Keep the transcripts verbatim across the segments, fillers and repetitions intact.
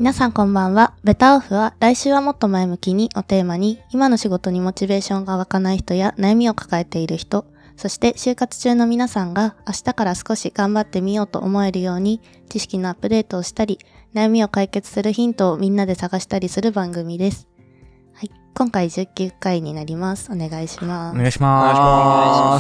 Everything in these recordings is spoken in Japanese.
皆さんこんばんは。ベタオフは来週はもっと前向きにをテーマに、今の仕事にモチベーションが湧かない人や悩みを抱えている人、そして就活中の皆さんが明日から少し頑張ってみようと思えるように知識のアップデートをしたり、悩みを解決するヒントをみんなで探したりする番組です。はい、今回じゅうきゅうかいになります。お願いします。 お願いします。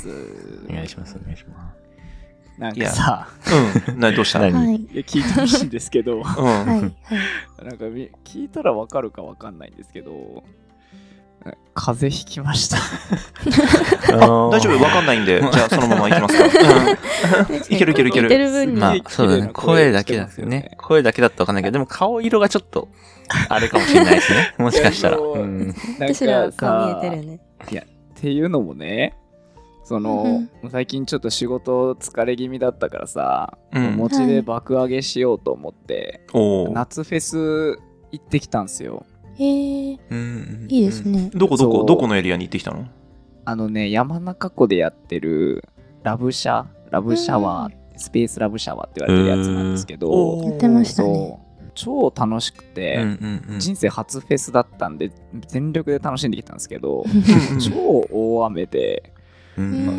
お願いします。お願いします。 なんかさ、 うん、何どうした？ はい、 いや聞いてほしいんですけど、うん、 はいはい。 なんか聞いたらわかるかわかんないんですけど、風邪ひきました。 大丈夫、わかんないんで、じゃあそのままいきますか。うん、いけるいけるいける。 聞いてる分にまあそうだね、声だけですよね。声だけだとわかんないけど、でも顔色がちょっとあれかもしれないですね。もしかしたら。うん、 私ら顔見えてるね。 いやっていうのもね。その、うん、最近ちょっと仕事疲れ気味だったからさ、うん、モチベ爆上げしようと思って、はい、夏フェス行ってきたんすよ。 へー、うん、いいですね。 どこどこどこのエリアに行ってきたの？ あのね、山中湖でやってるラブシャラブシャワー、うん、スペースラブシャワーって言われてるやつなんですけど、 やってましたね。 超楽しくて、うんうんうん、人生初フェスだったんで全力で楽しんできたんですけど超大雨でうん、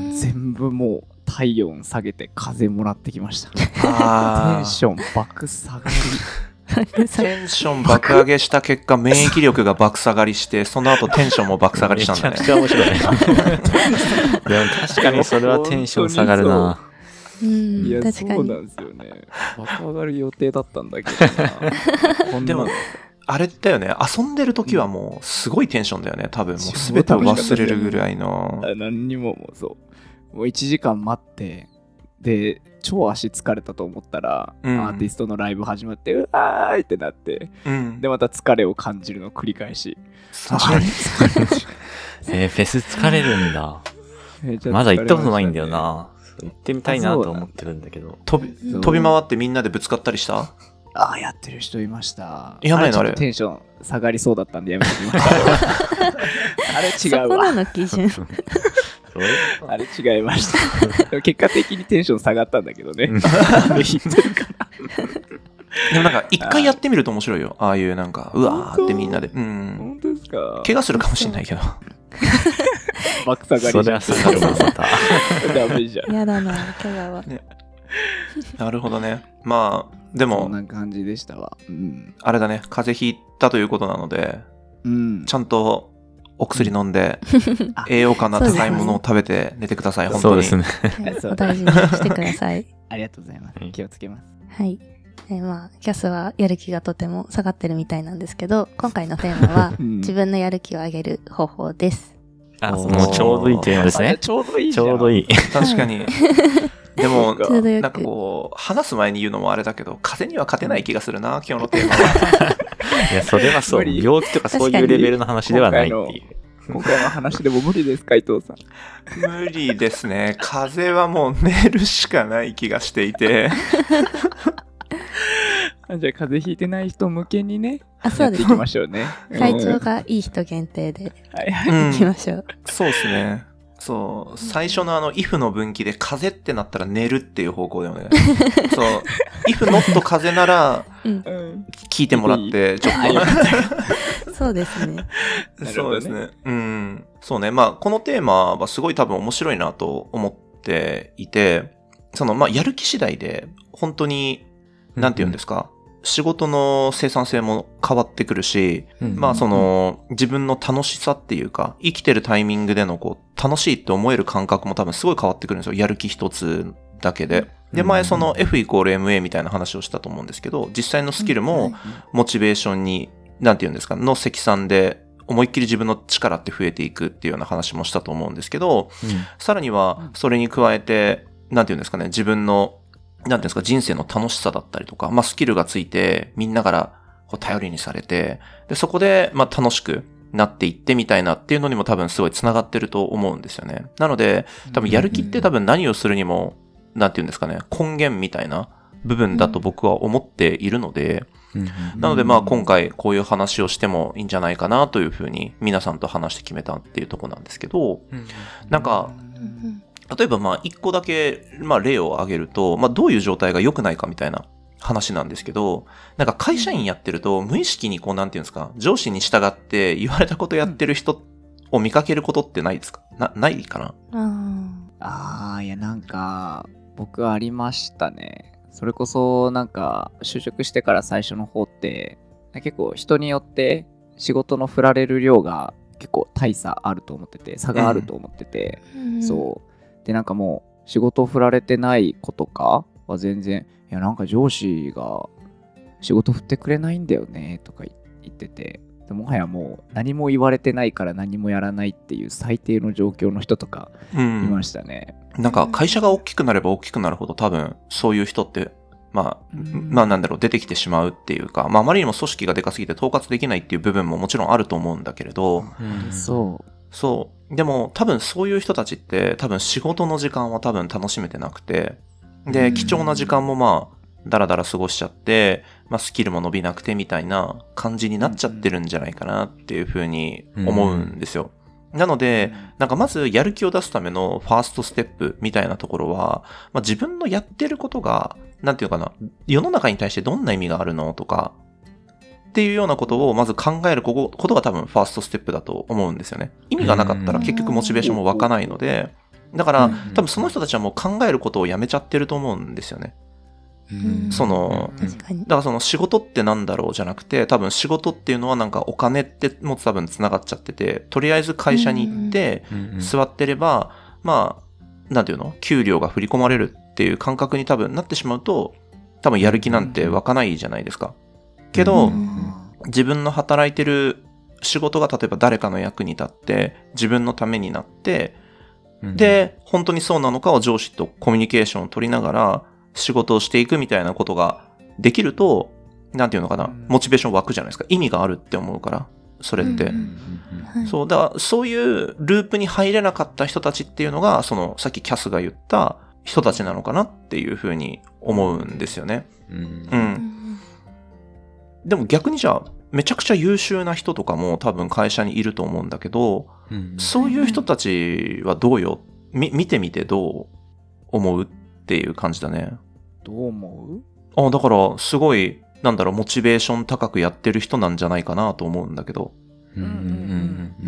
全部もう体温下げて風もらってきました。テンション爆下がり。 テンション爆上げした結果免疫力が爆下がりして、その後テンションも爆下がりしたんだね。 めちゃくちゃ面白いね。でも確かにそれはテンション下がるな。 うん、いや確かにそうなんですよね。爆上がる予定だったんだけどな。 でもあれだよね、遊んでる時はもうすごいテンションだよね、多分もう全てを忘れるぐらいの。 何にももうそうもういちじかん待ってで超足疲れたと思ったら、うん、アーティストのライブ始まってうわーいってなって、うん、でまた疲れを感じるのを繰り返し。 えー、フェス疲れるんだ。まだ行ったことないんだよな。行ってみたいなと思ってるんだけど。 飛び飛び回ってみんなでぶつかったりした？ ああ、やってる人いました。 やばいのあれ。 テンション下がりそうだったんでやめてきました。あれ違うわ。 そこなの基準。 あれ違いました。結果的にテンション下がったんだけどね。言ってるから。 でもなんか一回やってみると面白いよ。ああいうなんかうわーってみんなで。うん。 本当ですか？ 怪我するかもしれないけど。 爆下がり。 それは下がるまた。 ダメじゃん。 やだな、怪我は。 ね、なるほどね。まあ。でもそんな感じでしたわ、うん、 あれだね、風邪ひいたということなので、うん、ちゃんとお薬飲んで、うん、栄養価の高いものを食べて寝てください。本当にそうですね。 お大事にしてください。 ありがとうございます。気をつけます。 はい。えー、まあキャスはやる気がとても下がってるみたいなんですけど、今回のテーマは、うん、自分のやる気を上げる方法です。 あ、もうちょうどいいテーマですね。 ちょうどいいちょうどいい。 確かに。でもなんかこう話す前に言うのもあれだけど、風には勝てない気がするな、今日のテーマは。 いやそれはそう、病気とかそういうレベルの話ではないっていう。 今回の話でも無理ですか、伊藤さん。 無理ですね。風はもう寝るしかない気がしていて。 じゃあ風邪ひいてない人向けにね、 あ、そうです。 やっていきましょうね。 体調がいい人限定で、はいはい、いきましょう。 うん、そうですね。そう、最初のあの if の分岐で風ってなったら寝るっていう方向だよね。そう、if not 風なら聞いてもらってちょっと、うん、そうですね。 そうですね。うん、そうね。まあこのテーマはすごい多分面白いなと思っていて、そのまあやる気次第で本当になんて言うんですか。うん、仕事の生産性も変わってくるし、うん、まあその自分の楽しさっていうか生きてるタイミングでのこう楽しいって思える感覚も多分すごい変わってくるんですよ。やる気一つだけで。で前その F イコール エムエー みたいな話をしたと思うんですけど、実際のスキルもモチベーションになんて言うんですかの積算で思いっきり自分の力って増えていくっていうような話もしたと思うんですけど、うん、さらにはそれに加えてなんて言うんですかね、自分のなんていうんですか、人生の楽しさだったりとか、まあスキルがついて、みんなからこう頼りにされて、で、そこで、まあ楽しくなっていってみたいなっていうのにも多分すごい繋がってると思うんですよね。なので、多分やる気って多分何をするにも、なんていうんですかね、根源みたいな部分だと僕は思っているので、なのでまあ今回こういう話をしてもいいんじゃないかなというふうに皆さんと話して決めたっていうところなんですけど、なんか、例えばまあ一個だけまあ例を挙げると、まあどういう状態が良くないかみたいな話なんですけど、なんか会社員やってると無意識にこうなんていうんですか、上司に従って言われたことやってる人を見かけることってないですか？な、ないかな？ ああ、いやなんか僕はありましたね。それこそなんか就職してから最初の方って結構人によって仕事の振られる量が結構大差あると思ってて、差があると思ってて、うん、そうでなんかもう仕事振られてない子とかは全然いやなんか上司が仕事振ってくれないんだよねとか言ってて、でもはやもう何も言われてないから何もやらないっていう最低の状況の人とかいましたね、 うん、なんか会社が大きくなれば大きくなるほど多分そういう人ってまあ、うん、まあなんだろう出てきてしまうっていうか、まああまりにも組織がでかすぎて統括できないっていう部分ももちろんあると思うんだけれど、 うん、そうそうでも多分そういう人たちって多分仕事の時間は多分楽しめてなくて、で貴重な時間もまあだらだら過ごしちゃって、まあ、スキルも伸びなくてみたいな感じになっちゃってるんじゃないかなっていうふうに思うんですよ。うん、なので、なんかまずやる気を出すためのファーストステップみたいなところは、まあ、自分のやってることが、なんていうのかな、世の中に対してどんな意味があるのとか、っていうようなことをまず考えることが多分ファーストステップだと思うんですよね。意味がなかったら結局モチベーションも湧かないので、だから多分その人たちはもう考えることをやめちゃってると思うんですよね。 うん、 その、 確かに。 だからその仕事ってなんだろうじゃなくて、多分仕事っていうのはなんかお金っても多分繋がっちゃってて、とりあえず会社に行って座ってれば、まあ、なんていうの？給料が振り込まれるっていう感覚に多分なってしまうと、多分やる気なんて湧かないじゃないですか。けど、自分の働いてる仕事が例えば誰かの役に立って、自分のためになって、で、本当にそうなのかを上司とコミュニケーションを取りながら、仕事をしていくみたいなことができると、なんていうのかな、モチベーション湧くじゃないですか。意味があるって思うから、それって。そう、だからそういうループに入れなかった人たちっていうのが、その、さっきキャスが言った人たちなのかなっていうふうに思うんですよね。うん。うん、でも逆にじゃあ、めちゃくちゃ優秀な人とかも多分会社にいると思うんだけど、うん、そういう人たちはどうよ、み、見てみてどう思うっていう感じだね。 どう思う？ あ、だからすごいなんだろうモチベーション高くやってる人なんじゃないかなと思うんだけど。うんうんうんうん、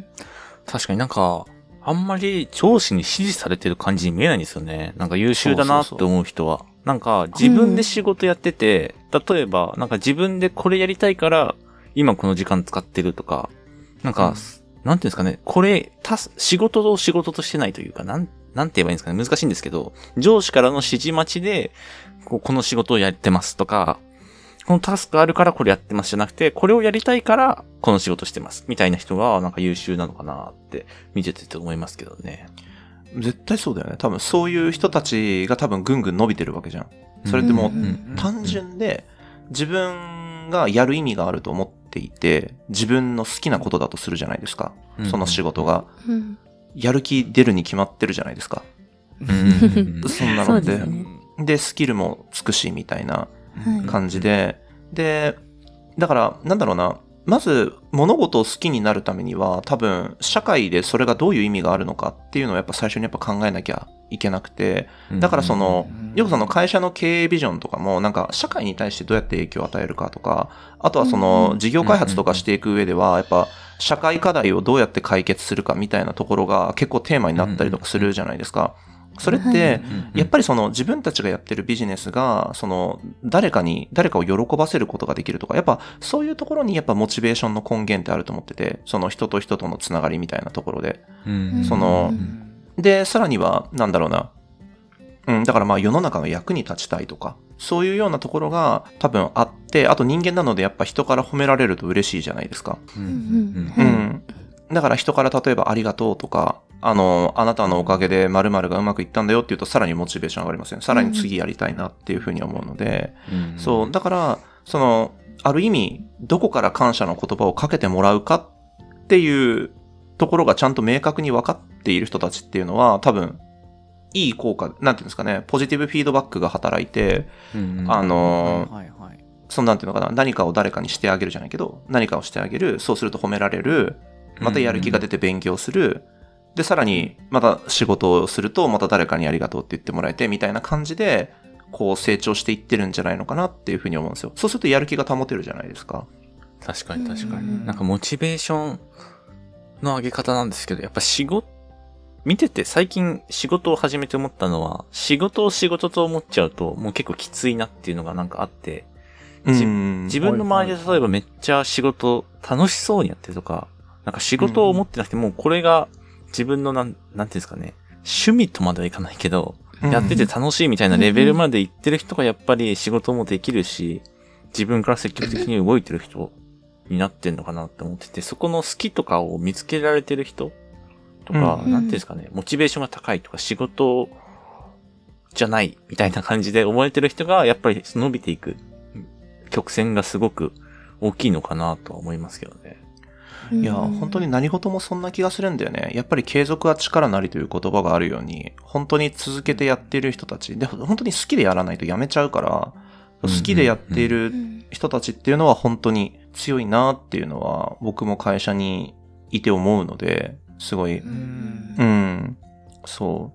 確かになんかあんまり上司に支持されてる感じに見えないんですよね。なんか優秀だなって思う人は。そうそうそう、なんか自分で仕事やってて、うん、例えばなんか自分でこれやりたいから今この時間使ってるとか、なんか、うん、なんていうんですかね、これた仕事を仕事としてないというか、なんなんて言えばいいんですかね、難しいんですけど、上司からの指示待ちで、こうこの仕事をやってますとか、このタスクあるからこれやってますじゃなくて、これをやりたいからこの仕事してますみたいな人がなんか優秀なのかなって見ててと思いますけどね。 絶対そうだよね。多分そういう人たちが多分ぐんぐん伸びてるわけじゃん。それってもう単純で自分がやる意味があると思っていて、自分の好きなことだとするじゃないですか。その仕事が。やる気出るに決まってるじゃないですか。そんなので。で、スキルもつくし、みたいな感じで、はい。で、だから、なんだろうな。まず、物事を好きになるためには、多分、社会でそれがどういう意味があるのかっていうのをやっぱ最初にやっぱ考えなきゃいけなくて、だからその、よくその会社の経営ビジョンとかも、なんか社会に対してどうやって影響を与えるかとか、あとはその、事業開発とかしていく上では、やっぱ、社会課題をどうやって解決するかみたいなところが結構テーマになったりとかするじゃないですか。それって、やっぱりその自分たちがやってるビジネスが、その誰かに、誰かを喜ばせることができるとか、やっぱそういうところにやっぱモチベーションの根源ってあると思ってて、その人と人とのつながりみたいなところで。その、で、さらには、なんだろうな。うん、だからまあ世の中の役に立ちたいとか、そういうようなところが多分あって、あと人間なのでやっぱ人から褒められると嬉しいじゃないですか。うん。うん。だから人から例えばありがとうとか、あの、あなたのおかげで〇〇がうまくいったんだよって言うとさらにモチベーション上がりますよね。さらに次やりたいなっていうふうに思うので、うん、そう、だから、その、ある意味、どこから感謝の言葉をかけてもらうかっていうところがちゃんと明確に分かっている人たちっていうのは多分、いい効果、なんていうんですかね、ポジティブフィードバックが働いて、うんうん、あの、はいはい、そのなんていうのかな、何かを誰かにしてあげるじゃないけど、何かをしてあげる、そうすると褒められる、またやる気が出て勉強する、うんうん、で、さらに、また仕事をすると、また誰かにありがとうって言ってもらえて、みたいな感じで、 こう成長していってるんじゃないのかなっていうふうに思うんですよ。そうするとやる気が保てるじゃないですか。 確かに確かに。なんかモチベーションの上げ方なんですけど、やっぱ仕事、見てて最近仕事を始めて思ったのは、仕事を仕事と思っちゃうともう結構きついなっていうのがなんかあって、自分の周りで例えばめっちゃ仕事楽しそうにやってるとか、なんか仕事を思ってなくてもうこれが自分のなん、なんていうんですかね、趣味とまではいかないけど、やってて楽しいみたいなレベルまで行ってる人がやっぱり仕事もできるし、自分から積極的に動いてる人になってんのかなって思ってて、そこの好きとかを見つけられてる人とか、うん、なんていうんですかね、モチベーションが高いとか仕事じゃないみたいな感じで思えてる人がやっぱり伸びていく曲線がすごく大きいのかなとは思いますけどね。 いや、本当に何事もそんな気がするんだよね。やっぱり継続は力なりという言葉があるように、本当に続けてやっている人たち、で、本当に好きでやらないとやめちゃうから、好きでやっている人たちっていうのは本当に強いなっていうのは、僕も会社にいて思うので、すごい、うん、うん、そう。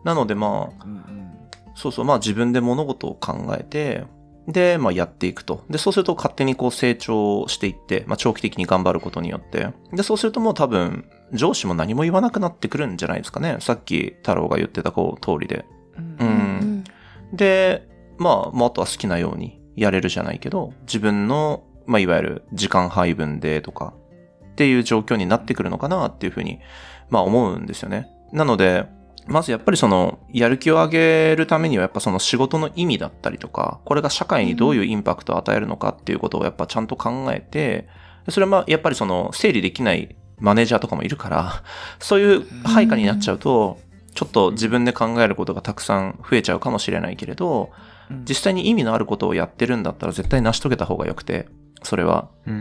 なのでまあ、そうそう、まあ自分で物事を考えて、で、まあやっていくと。で、そうすると勝手にこう成長していって、まあ長期的に頑張ることによって。で、そうするともう多分、上司も何も言わなくなってくるんじゃないですかね。さっき太郎が言ってたこう通りで。うん。うん、で、まあ、まああとは好きなようにやれるじゃないけど、自分の、まあいわゆる時間配分でとか、っていう状況になってくるのかなっていうふうに、まあ思うんですよね。なので、まずやっぱりその、やる気を上げるためにはやっぱその仕事の意味だったりとか、これが社会にどういうインパクトを与えるのかっていうことをやっぱちゃんと考えて、それはまあやっぱりその整理できないマネージャーとかもいるから、そういう配下になっちゃうと、ちょっと自分で考えることがたくさん増えちゃうかもしれないけれど、実際に意味のあることをやってるんだったら絶対成し遂げた方がよくて、それは。うん、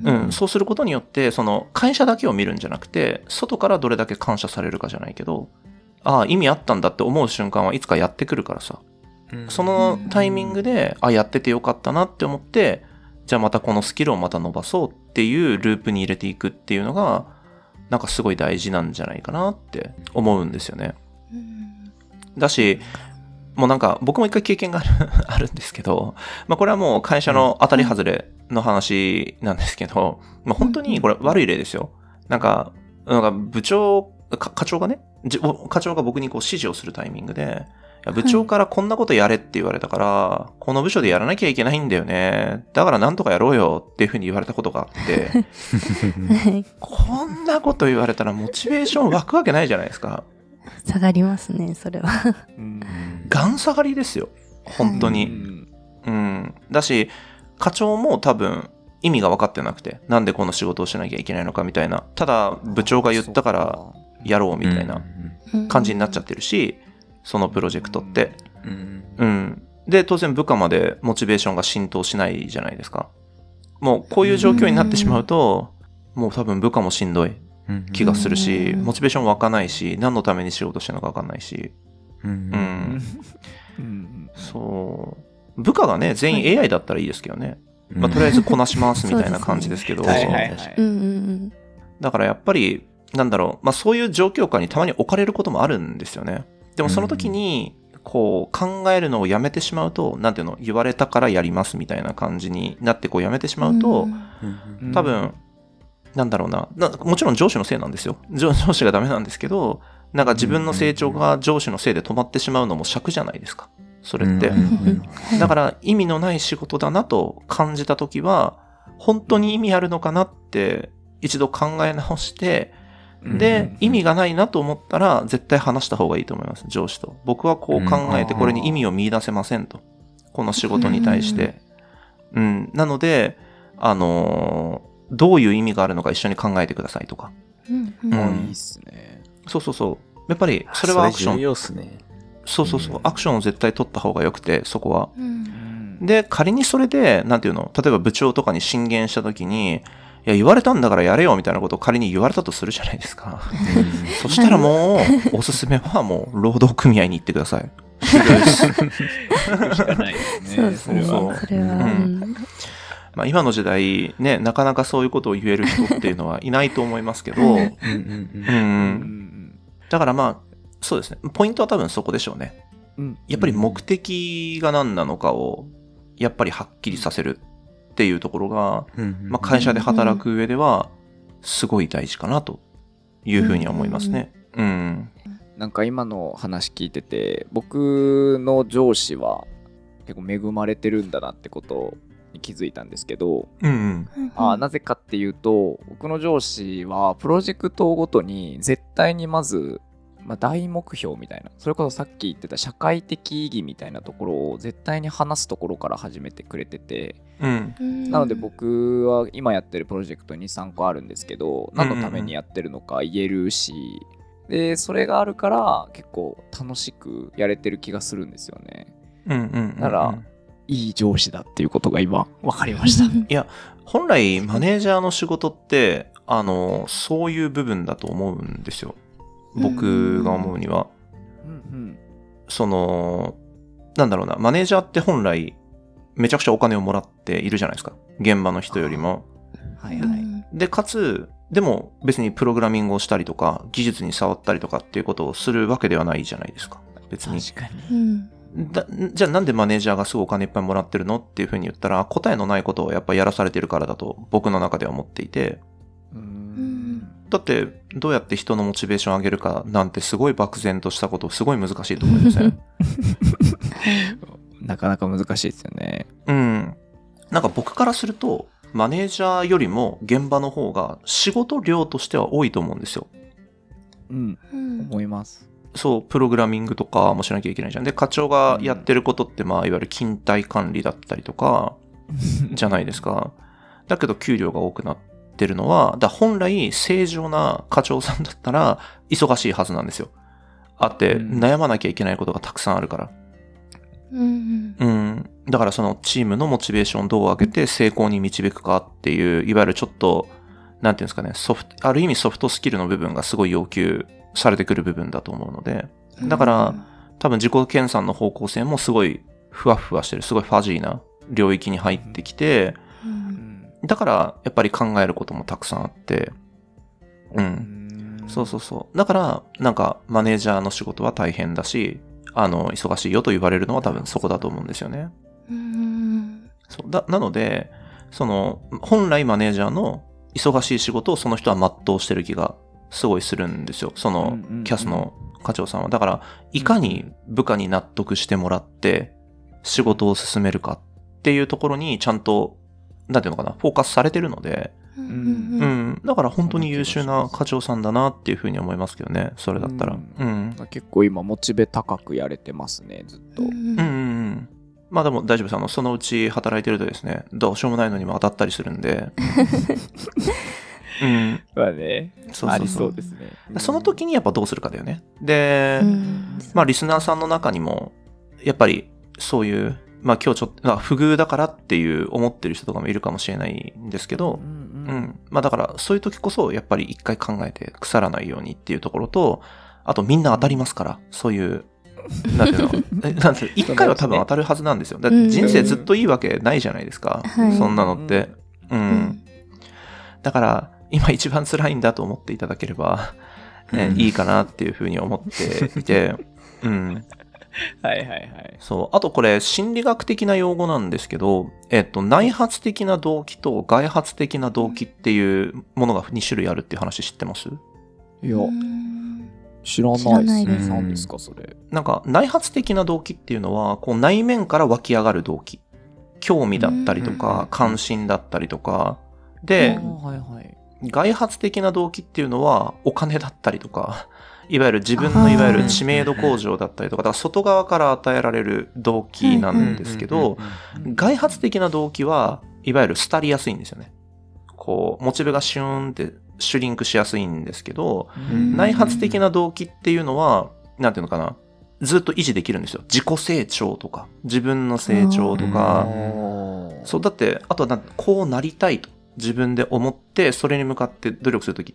うん、そうすることによって、その会社だけを見るんじゃなくて、外からどれだけ感謝されるかじゃないけど、ああ、意味あったんだって思う瞬間はいつかやってくるからさ。そのタイミングで、あ、やっててよかったなって思って、じゃあまたこのスキルをまた伸ばそうっていうループに入れていくっていうのが、なんかすごい大事なんじゃないかなって思うんですよね。だし、もうなんか僕も一回経験があるあるんですけど、まあこれはもう会社の当たり外れの話なんですけど、まあ本当にこれ悪い例ですよ。なんか、なんか部長、課長がね、課長が僕にこう指示をするタイミングで、いや部長からこんなことやれって言われたから、はい、この部署でやらなきゃいけないんだよね。だからなんとかやろうよっていうふうに言われたことがあって、こんなこと言われたらモチベーション湧くわけないじゃないですか。 下がりますね、それは。 ガン下がりですよ。本当に。はい、うん。だし、課長も多分意味が分かってなくて、なんでこの仕事をしなきゃいけないのかみたいな。ただ部長が言ったからやろうみたいな感じになっちゃってるし、そのプロジェクトって。うん。で、当然部下までモチベーションが浸透しないじゃないですか。もうこういう状況になってしまうと、もう多分部下もしんどい気がするし、モチベーション湧かないし、何のために仕事してるのか分かんないし。うん。そう。部下がね、全員 エーアイ だったらいいですけどね。まあ、とりあえずこなしますみたいな感じですけど。だからやっぱり、なんだろう、まあそういう状況下にたまに置かれることもあるんですよね。でもその時に、こう考えるのをやめてしまうと、なんていうの、言われたからやりますみたいな感じになってこうやめてしまうと、多分、なんだろうな、なもちろん上司のせいなんですよ。上司がダメなんですけど、なんか自分の成長が上司のせいで止まってしまうのも尺じゃないですか。それって。だから意味のない仕事だなと感じたときは、本当に意味あるのかなって一度考え直して、で、意味がないなと思ったら絶対話した方がいいと思います、上司と。僕はこう考えてこれに意味を見出せませんと。この仕事に対して。うん。なので、あのー、どういう意味があるのか一緒に考えてくださいとか。 うん。うん、いいっすね。 そうそうそう。やっぱり、それはアクション。 それ重要っすね。 そうそうそう。アクションを絶対取った方がよくて、そこは。うん、で、仮にそれで、なんていうの、例えば部長とかに進言したときに、いや、言われたんだからやれよみたいなことを仮に言われたとするじゃないですか。そしたらもう、おすすめはもう、労働組合に行ってください。 終了です。しかないですね。 そうそう。それは。うんまあ、今の時代ね、なかなかそういうことを言える人っていうのはいないと思いますけど、うんうん、だからまあ、そうですね。ポイントは多分そこでしょうね。 やっぱり目的が何なのかをやっぱりはっきりさせるっていうところが、まあ、会社で働く上ではすごい大事かなというふうには思いますね。うん。 なんか今の話聞いてて、僕の上司は結構恵まれてるんだなってことに気づいたんですけど、 うんうん、 あなぜかっていうと、僕の上司はプロジェクトごとに絶対にまず、まあ、大目標みたいな、それこそさっき言ってた社会的意義みたいなところを絶対に話すところから始めてくれてて、 うん、 なので僕は今やってるプロジェクトに、さんこあるんですけど、何のためにやってるのか言えるし、でそれがあるから結構楽しくやれてる気がするんですよね。 うんうんうんうん、 だからいい上司だっていうことが今分かりましたいや本来マネージャーの仕事ってあのそういう部分だと思うんですよ、僕が思うには。うんうん、そのなんだろうな、マネージャーって本来めちゃくちゃお金をもらっているじゃないですか、現場の人よりも。 はいはい。 でかつでも別にプログラミングをしたりとか技術に触ったりとかっていうことをするわけではないじゃないですか、別に。 確かに。 だじゃあなんでマネージャーがすぐお金いっぱいもらってるのっていうふうに言ったら、答えのないことをやっぱやらされてるからだと僕の中では思っていて、 うーんだってどうやって人のモチベーション上げるかなんてすごい漠然としたことすごい難しいと思いませんなかなか難しいですよね。 うん。なんか僕からするとマネージャーよりも現場の方が仕事量としては多いと思うんですよ。 うん、うん、思います。 そう、プログラミングとかもしなきゃいけないじゃん。で、課長がやってることって、まあ、いわゆる勤怠管理だったりとか、じゃないですか。だけど、給料が多くなってるのは、だ本来、正常な課長さんだったら、忙しいはずなんですよ。あって、悩まなきゃいけないことがたくさんあるから。 うん。 うん。だから、その、チームのモチベーションをどう上げて成功に導くかっていう、いわゆるちょっと、なんていうんですかね、ソフト、ある意味ソフトスキルの部分がすごい要求されてくる部分だと思うので、だから多分自己研鑽の方向性もすごいふわふわしてる、すごいファジーな領域に入ってきて、だからやっぱり考えることもたくさんあって、うん、そうそうそう。だからなんかマネージャーの仕事は大変だし、あの忙しいよと言われるのは多分そこだと思うんですよね。そうだなので、その本来マネージャーの忙しい仕事をその人は全うしてる気がすごいするんですよ。そのキャスの課長さんは。だから、いかに部下に納得してもらって仕事を進めるかっていうところにちゃんと、なんていうのかな、フォーカスされてるので、うん、うん、だから本当に優秀な課長さんだなっていうふうに思いますけどね、それだったら。うん、 うん、結構今モチベ高くやれてますね、ずっと。うんうんうん。まあでも大丈夫です。あの、そのうち働いてるとですね、どうしようもないのにも当たったりするんで。うん。 まあね。 そうそうそう。 ありそうですね。 その時にやっぱどうするかだよね。で、うん、まあリスナーさんの中にも、やっぱりそういう、まあ今日ちょっと、まあ、不遇だからっていう思ってる人とかもいるかもしれないんですけど、うん、うんうん、まあだからそういう時こそやっぱり一回考えて腐らないようにっていうところと、あとみんな当たりますから、そういう、なんていうのなんていうの一回は多分当たるはずなんですよ。だって人生ずっといいわけないじゃないですか。うん、そんなのって。うん。うん、だから、今一番辛いんだと思っていただければ、ね、うん、いいかなっていうふうに思っていて。うん。 はいはいはい。 そう。あとこれ、心理学的な用語なんですけど、えっと、内発的な動機と外発的な動機っていうものがに種類あるっていう話知ってます？ いや。知らないですね。何ですかそれ。 なんか内発的な動機っていうのはこう内面から湧き上がる動機、興味だったりとか関心だったりとかで、 はいはい、 外発的な動機っていうのはお金だったりとか、いわゆる自分のいわゆる知名度向上だったりとか、だから外側から与えられる動機なんですけど、外発的な動機はいわゆる廃りやすいんですよね。こうモチベがシューンってシュリンクしやすいんですけど、内発的な動機っていうのは、なんていうのかな、ずっと維持できるんですよ。自己成長とか、自分の成長とか、そう、だって、あとはこうなりたいと自分で思って、それに向かって努力するときって、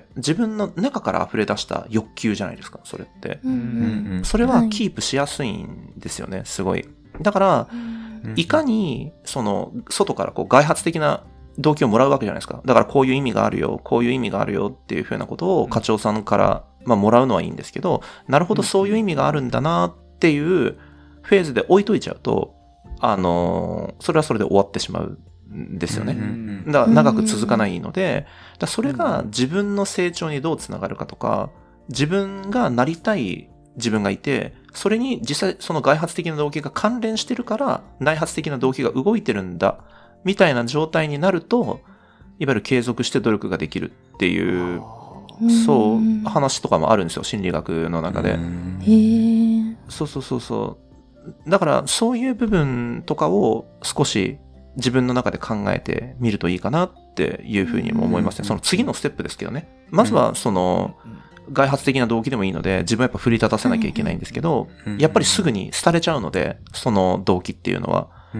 自分の中から溢れ出した欲求じゃないですか、それって。それはキープしやすいんですよね、すごい。だから、いかに、その、外からこう外発的な動機をもらうわけじゃないですか。だからこういう意味があるよ、こういう意味があるよっていうふうなことを課長さんから、まあ、もらうのはいいんですけど、なるほどそういう意味があるんだなっっていうフェーズで置いといちゃうと、あのー、それはそれで終わってしまうんですよね。だから長く続かないので、だそれが自分の成長にどうつながるかとか、自分がなりたい自分がいて、それに実際その外発的な動機が関連してるから内発的な動機が動いてるんだみたいな状態になると、いわゆる継続して努力ができるっていう、そう話とかもあるんですよ、心理学の中で。へー。そうそうそうそう。だからそういう部分とかを少し自分の中で考えてみるといいかなっていうふうにも思いますね。その次のステップですけどね。まずはその外発的な動機でもいいので、自分はやっぱ奮い立たせなきゃいけないんですけど、やっぱりすぐに廃れちゃうので、その動機っていうのは。うん。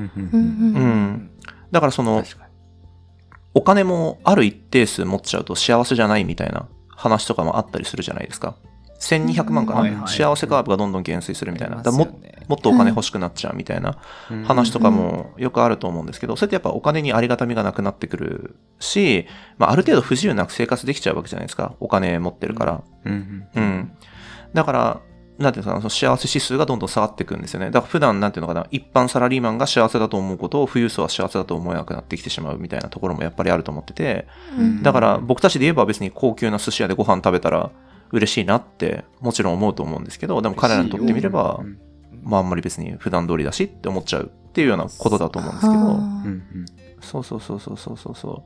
だからその、お金もある一定数持っちゃうと幸せじゃないみたいな話とかもあったりするじゃないですか。せんにひゃくまんかな、幸せカーブがどんどん減衰するみたいな。だも、もっとお金欲しくなっちゃうみたいな話とかもよくあると思うんですけど、それってやっぱお金にありがたみがなくなってくるし、まあある程度不自由なく生活できちゃうわけじゃないですか。お金持ってるから。うん。うん。だから、なんていうのかな、その幸せ指数がどんどん下がっていくんですよね。だから普段なんていうのかな、一般サラリーマンが幸せだと思うことを富裕層は幸せだと思えなくなってきてしまうみたいなところもやっぱりあると思ってて、だから僕たちで言えば別に高級な寿司屋でご飯食べたら嬉しいなってもちろん思うと思うんですけど、でも彼らにとってみれば、まああんまり別に普段通りだしって思っちゃうっていうようなことだと思うんですけど、そうそうそうそうそうそうそう。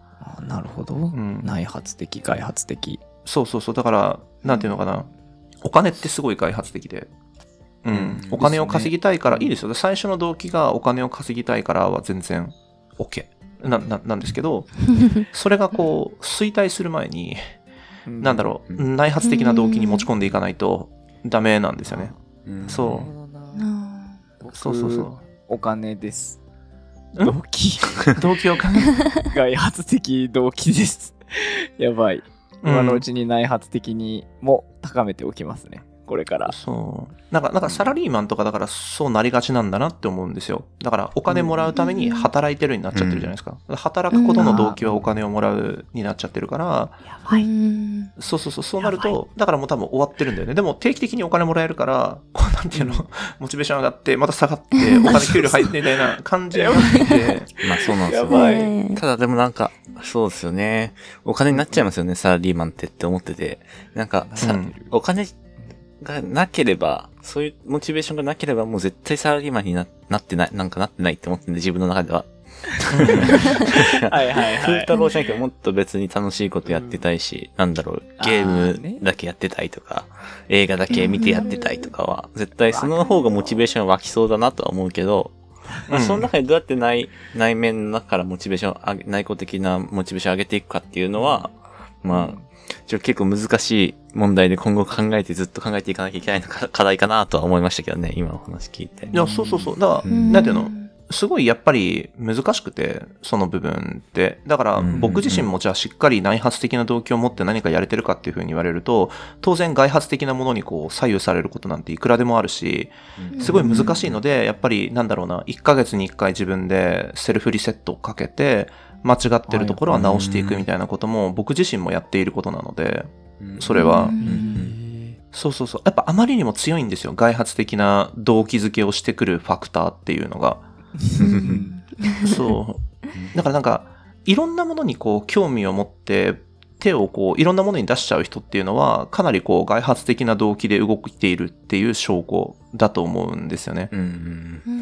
なるほど。うん、内発的、外発的。 そうそうそう。だから、なんていうのかな。お金ってすごい外発的で。うん。うん、お金を稼ぎたいから、いいですよ。最初の動機がお金を稼ぎたいからは全然 OK な、な、なんですけど、それがこう、衰退する前に、なんだろう、内発的な動機に持ち込んでいかないとダメなんですよね。そう。そうそうそう。 お金です。動機。 動機お金外発的動機です。やばい。今のうちに内発的にも高めておきますね。これから。 そう。なんか、なんかサラリーマンとかだからそうなりがちなんだなって思うんですよ。だからお金もらうために働いてるになっちゃってるじゃないですか。うん、働くことの動機はお金をもらうになっちゃってるから。やばい。そうそうそう。そうなると、だからもう多分終わってるんだよね。でも定期的にお金もらえるから、こうなんていうの、モチベーション上がって、また下がって、お金給料入ってみたいな感じで。 まあそうなんですよね。ただでもなんか、そうですよね。お金になっちゃいますよね、サラリーマンってって思ってて。なんかさ、うん、お金、がなければ、そういうモチベーションがなければもう絶対サラリーマンに な, なってない、なんかなってないって思ってるんで、自分の中では。はいはいはい。風太郎じゃなくてもっと別に楽しいことやってたいし、うん、なんだろう、ゲームだけやってたいとか、映画だけ見てやってたいとかは、絶対その方がモチベーション湧きそうだなとは思うけど、まあ、その中でどうやって内、内面の中からモチベーション上げ、内向的なモチベーション上げていくかっていうのは、まあ、ちょ結構難しい問題で今後考えてずっと考えていかなきゃいけないのか課題かなとは思いましたけどね、今お話聞いて。 いや、そうそうそう。だから、なんていうの、すごいやっぱり難しくて、その部分って。だから僕自身もじゃあしっかり内発的な動機を持って何かやれてるかっていうふうに言われると、当然外発的なものにこう左右されることなんていくらでもあるし、すごい難しいので、やっぱりなんだろうな、いっかげつにいっかい自分でセルフリセットをかけて、間違ってるところは直していくみたいなことも僕自身もやっていることなので、それは。そうそうそう。やっぱあまりにも強いんですよ。外発的な動機づけをしてくるファクターっていうのが。そう。だからなんか、いろんなものにこう興味を持って、手をこういろんなものに出しちゃう人っていうのは、かなりこう外発的な動機で動いているっていう証拠だと思うんですよね。うんうん、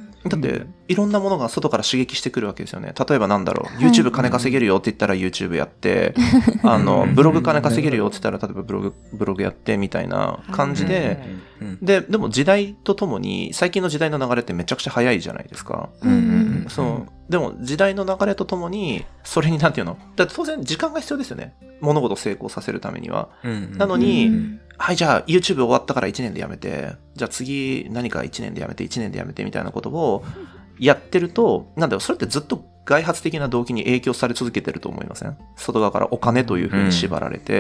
だって、いろんなものが外から刺激してくるわけですよね。例えばなんだろう、YouTube 金稼げるよって言ったら YouTube やって、あの、ブログ金稼げるよって言ったら、例えばブログ、ブログやってみたいな感じで、で、でも時代とともに、最近の時代の流れってめちゃくちゃ早いじゃないですか。うんうんうん、そう。でも時代の流れとともに、それになんていうの？だって当然時間が必要ですよね。物事を成功させるためには。うんうん、なのに、うん、はい、じゃあ YouTube 終わったからいちねんでやめて、じゃあ次何かいちねんでやめて、いちねんでやめてみたいなことをやってると、なんだろう、それってずっと外発的な動機に影響され続けてると思いません？外側からお金というふうに縛られて、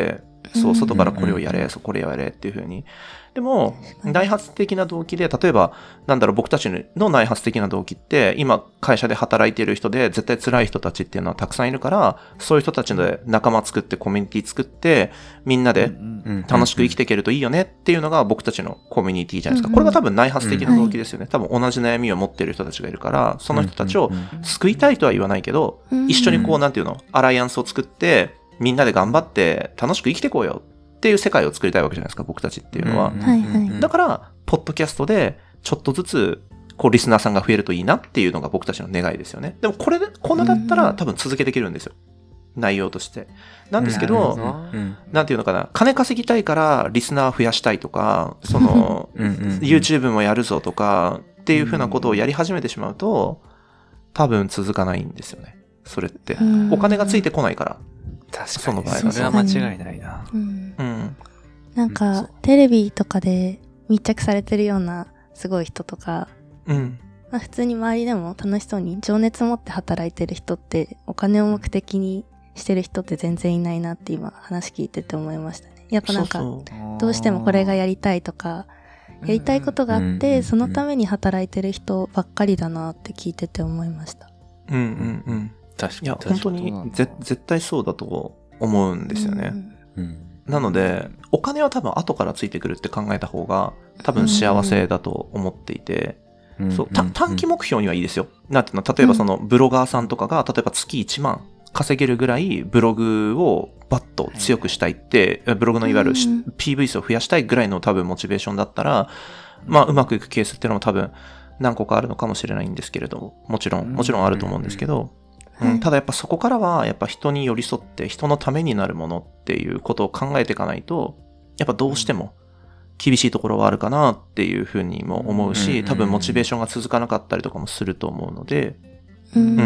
そう、外からこれをやれ、そうこれをやれっていう風に。でも、内発的な動機で、例えば、なんだろう、僕たちの内発的な動機って、今、会社で働いている人で、絶対辛い人たちっていうのはたくさんいるから、そういう人たちで仲間作って、コミュニティ作って、みんなで楽しく生きていけるといいよねっていうのが僕たちのコミュニティじゃないですか。これが多分内発的な動機ですよね。多分同じ悩みを持っている人たちがいるから、その人たちを救いたいとは言わないけど、一緒にこう、なんていうの、アライアンスを作って、みんなで頑張って楽しく生きていこうよっていう世界を作りたいわけじゃないですか、僕たちっていうのは。だから、ポッドキャストでちょっとずつ、こう、リスナーさんが増えるといいなっていうのが僕たちの願いですよね。でもこれで、こんなだったら多分続けていけるんですよ。内容として。なんですけど、なんていうのかな、金稼ぎたいからリスナー増やしたいとか、その、YouTube もやるぞとかっていうふうなことをやり始めてしまうと、多分続かないんですよね。それって。お金がついてこないから。 確かに。 その場合それは間違いないな。 うん。うん、なんか、テレビとかで密着されてるようなすごい人とか、 うん。 まあ普通に周りでも楽しそうに情熱持って働いてる人って、お金を目的にしてる人って全然いないなって今話聞いてて思いましたね。やっぱなんか、そうそうどうしてもこれがやりたいとか、やりたいことがあって、そのために働いてる人ばっかりだなって聞いてて思いました。 うんうんうん。 確かに。 いや、本当にぜ絶対そうだと思うんですよね。うんうん、なので、お金は多分後からついてくるって考えた方が多分幸せだと思っていて、うん、そうた短期目標にはいいですよ。なんていうの、例えばそのブロガーさんとかが、例えば月いちまん稼げるぐらいブログをバッと強くしたいって、はい、ブログのいわゆる ピーブイ 数を増やしたいぐらいの多分モチベーションだったら、まあうまくいくケースっていうのも多分何個かあるのかもしれないんですけれども、もちろん、もちろんあると思うんですけど、うん、ただやっぱそこからはやっぱ人に寄り添って人のためになるものっていうことを考えていかないと、やっぱどうしても厳しいところはあるかなっていうふうにも思うし、多分モチベーションが続かなかったりとかもすると思うので、うん。うん、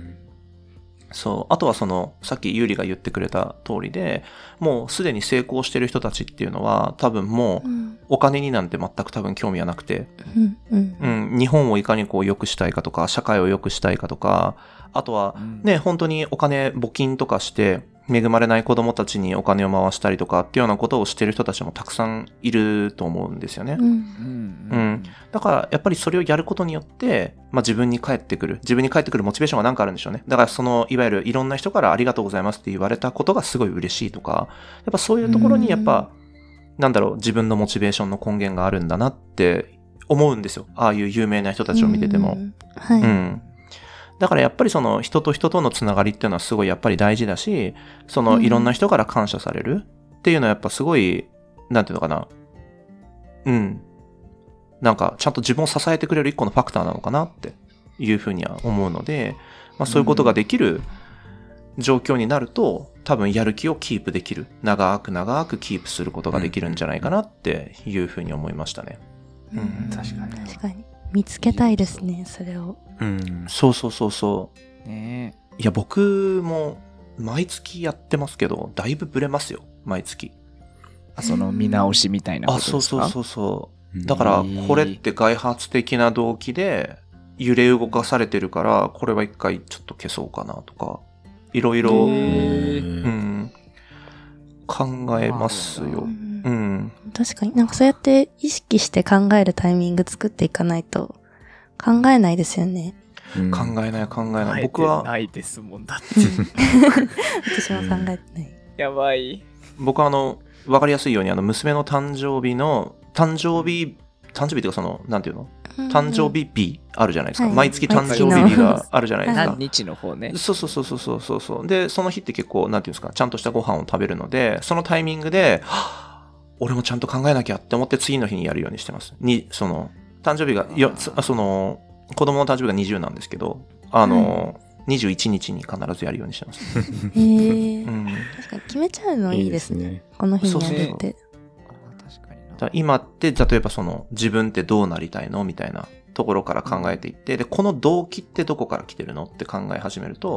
そう。あとはその、さっきゆうりが言ってくれた通りで、もうすでに成功してる人たちっていうのは多分もうお金になんて全く多分興味はなくて、うんうんうん、日本をいかにこう良くしたいかとか、社会を良くしたいかとか、あとはね、うん、本当にお金募金とかして恵まれない子供たちにお金を回したりとかっていうようなことをしてる人たちもたくさんいると思うんですよね。うん。うん、だからやっぱりそれをやることによって、まあ自分に返ってくる、自分に返ってくるモチベーションがなんかあるんでしょうね。だからそのいわゆるいろんな人からありがとうございますって言われたことがすごい嬉しいとか、やっぱそういうところにやっぱ、うん、なんだろう、自分のモチベーションの根源があるんだなって思うんですよ。ああいう有名な人たちを見てても。うん、はい。うんだからやっぱりその人と人とのつながりっていうのはすごいやっぱり大事だし、そのいろんな人から感謝されるっていうのはやっぱすごい、なんていうのかな。うん。なんかちゃんと自分を支えてくれる一個のファクターなのかなっていうふうには思うので、まあそういうことができる状況になると、多分やる気をキープできる。長く長くキープすることができるんじゃないかなっていうふうに思いましたね。 うん。うん、確かに。確かに。見つけたいですね、それを。 うん、そうそうそうそう。ねえ。いや、僕も毎月やってますけど、だいぶブレますよ、毎月。 あ、その見直しみたいなことですか？ あ、そうそうそうそう。だから、これって外発的な動機で揺れ動かされてるから、これは一回ちょっと消そうかなとか、いろいろ、うん、考えますよ。うん。 確かになんかそうやって意識して考えるタイミング作っていかないと考えないですよね。 うん、考えない考えない。僕はないですもんだって。 私も考えてない。 やばい。 僕はあのわかりやすいようにあの娘の誕生日の誕生日誕生日っていうかそのなんていうの誕生日日あるじゃないですか、はい、毎月誕生日日があるじゃないですか。 何日の方ね。 そうそうそうそうそうそうでその日って結構なんていうんですかちゃんとしたご飯を食べるのでそのタイミングで、はぁ、俺もちゃんと考えなきゃって思って次の日にやるようにしてます。にその誕生日がよその子供の誕生日がにじゅうなんですけどあの、はい、にじゅういちにちに必ずやるようにしてます。へえ、うん、確かに決めちゃうのいいですね。いいですねこの日にやるって。そうそう今って例えばその自分ってどうなりたいのみたいなところから考えていって、でこの動機ってどこから来てるのって考え始めると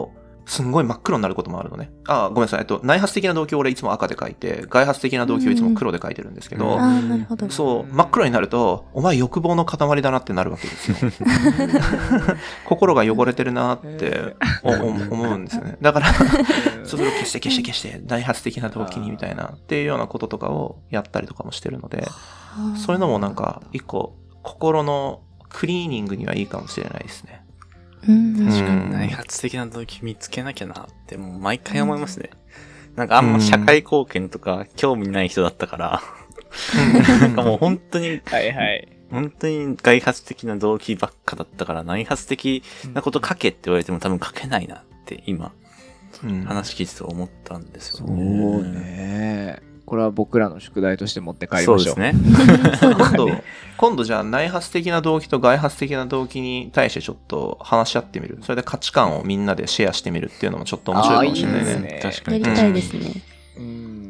すんごい真っ黒になることもあるのね。あ、ごめんなさい。えっと、内発的な動機を俺いつも赤で書いて、外発的な動機をいつも黒で書いてるんですけど、 うん、あ、なるほど。 そう、真っ黒になると、お前欲望の塊だなってなるわけですよ。心が汚れてるなって思うんですよね。だから、それを消して消して消して、内発的な動機にみたいな、っていうようなこととかをやったりとかもしてるので、そういうのもなんか、一個、心のクリーニングにはいいかもしれないですね。 うん、 確かに内発的な動機見つけなきゃなってもう毎回思いますね。うん、なんかあんま社会貢献とか興味ない人だったから、うん、なんかもう本当に、 はいはい。 本当に外発的な動機ばっかだったから内発的なこと書けって言われても多分書けないなって今、うん、話聞いてて思ったんですよね。 そうね。これは僕らの宿題として持って帰りましょう。 そうですね。 今度、今度じゃあ内発的な動機と外発的な動機に対してちょっと話し合ってみる。それで価値観をみんなでシェアしてみるっていうのもちょっと面白いかもしれないね。 いいですね。 確かに。 やりたいですね。 うん、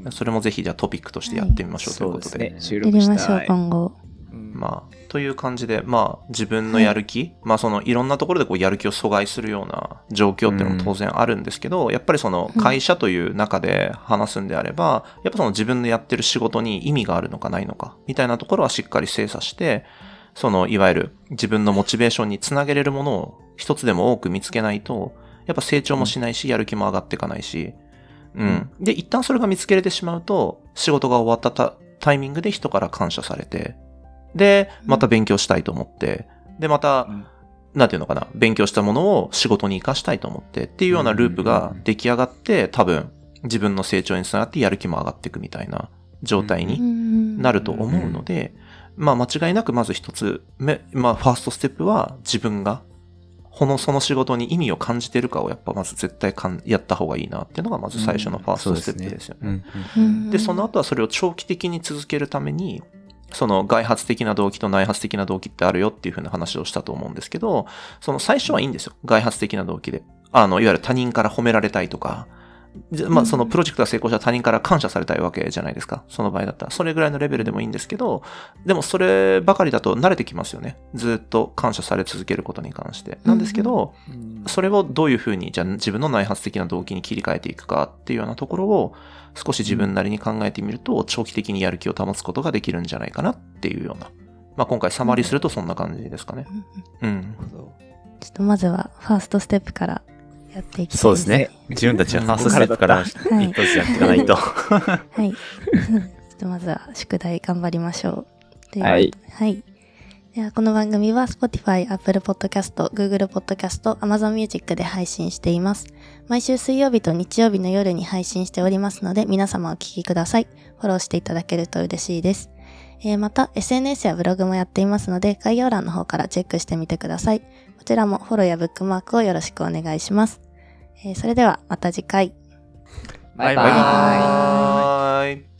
それもぜひじゃあトピックとしてやってみましょうということで。 はい、そうですね。収録したい。やりましょう、今後。 まあ、という感じで、まあ、自分のやる気、はい、まあ、その、いろんなところでこう、やる気を阻害するような状況っていうのも当然あるんですけど、うん、やっぱりその、会社という中で話すんであれば、うん、やっぱその自分のやってる仕事に意味があるのかないのか、みたいなところはしっかり精査して、その、いわゆる自分のモチベーションにつなげれるものを一つでも多く見つけないと、やっぱ成長もしないし、やる気も上がっていかないし、うん。で、一旦それが見つけれてしまうと、仕事が終わったタ、タイミングで人から感謝されて、で、また勉強したいと思って、で、また、うん、なんていうのかな、勉強したものを仕事に活かしたいと思ってっていうようなループが出来上がって、多分、自分の成長につながってやる気も上がっていくみたいな状態になると思うので、まあ間違いなくまず一つ目、まあファーストステップは自分が、この、その仕事に意味を感じてるかをやっぱまず絶対かんやった方がいいなっていうのがまず最初のファーストステップですよね。で、その後はそれを長期的に続けるために、その外発的な動機と内発的な動機ってあるよっていう風な話をしたと思うんですけど、その最初はいいんですよ。外発的な動機で。あの、いわゆる他人から褒められたいとか、まあそのプロジェクトが成功したら他人から感謝されたいわけじゃないですか。その場合だったら。それぐらいのレベルでもいいんですけど、でもそればかりだと慣れてきますよね。ずっと感謝され続けることに関して。なんですけど、それをどういう風にじゃあ自分の内発的な動機に切り替えていくかっていうようなところを少し自分なりに考えてみると長期的にやる気を保つことができるんじゃないかなっていうような。まあ今回サマリーするとそんな感じですかね。うん。うん、 ちょっとまずはファーストステップからやっていきたいですね。 そうですね。自分たちはファーストステップから一つやっていかないと。 はい。ちょっとまずは宿題頑張りましょう。 はい。 はい。ではこの番組は Spotify、Apple Podcast、Google Podcast、Amazon Music で配信しています。毎週水曜日と日曜日の夜に配信しておりますので、皆様お聞きください。フォローしていただけると嬉しいです。えー、また エスエヌエス やブログもやっていますので、概要欄の方からチェックしてみてください。こちらもフォローやブックマークをよろしくお願いします。えー、それではまた次回。 バイバイ。 バイバイ。